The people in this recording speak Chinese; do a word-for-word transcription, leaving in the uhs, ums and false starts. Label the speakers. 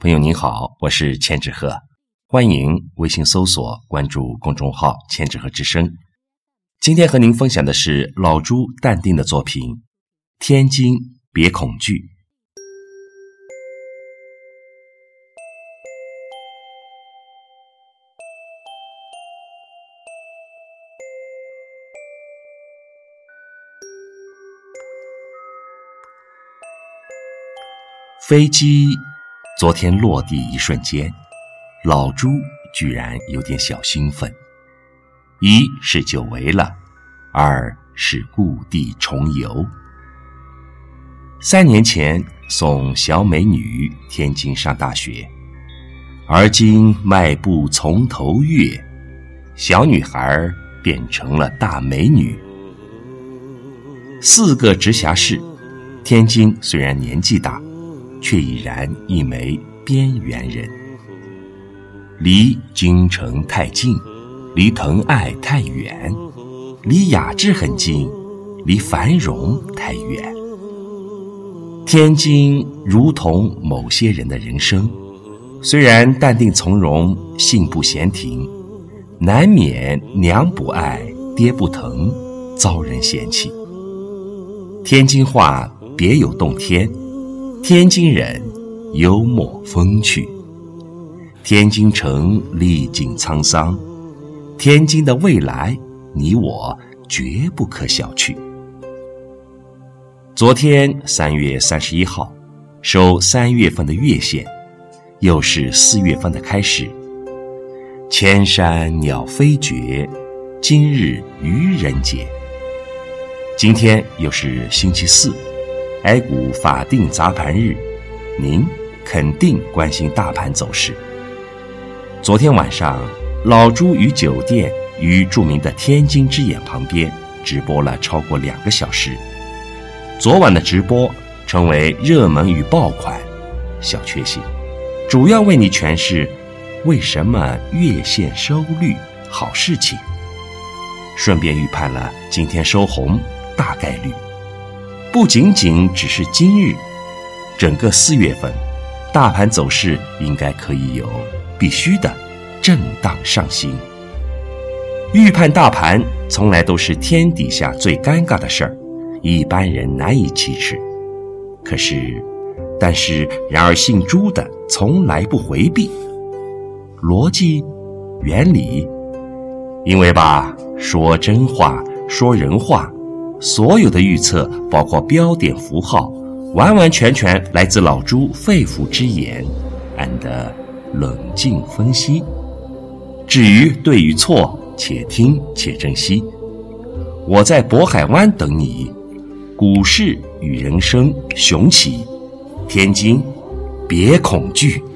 Speaker 1: 朋友您好，我是千纸鹤，欢迎微信搜索关注公众号千纸鹤之声。今天和您分享的是老朱淡定的作品《天津别恐惧》。飞机昨天落地一瞬间，老朱居然有点小兴奋。一是久违了，二是故地重游。三年前送小美女天津上大学，而今迈步从头越，小女孩变成了大美女。四个直辖市，天津虽然年纪大，却已然一枚边缘人，离京城太近，离疼爱太远，离雅致很近，离繁荣太远。天津如同某些人的人生，虽然淡定从容，性不闲庭，难免娘不爱，爹不疼，遭人嫌弃。天津话别有洞天，天津人幽默风趣，天津城历尽沧桑，天津的未来你我绝不可小觑。昨天三月三十一号收三月份的月线，又是四月份的开始。千山鸟飞绝，今日愚人节。今天又是星期四，A 股法定砸盘日，您肯定关心大盘走势。昨天晚上，老朱与酒店于著名的天津之眼旁边直播了超过两个小时。昨晚的直播称为热门与爆款，小确幸，主要为你诠释为什么月线收绿好事情，顺便预判了今天收红大概率。不仅仅只是今日，整个四月份大盘走势应该可以有必须的震荡上行。预判大盘从来都是天底下最尴尬的事儿，一般人难以启齿。可是但是然而姓朱的从来不回避逻辑原理，因为吧，说真话说人话，所有的预测包括标点符号完完全全来自老朱肺腑之言 and 冷静分析。至于对与错，且听且珍惜。我在渤海湾等你，股市与人生雄起，天津别恐惧。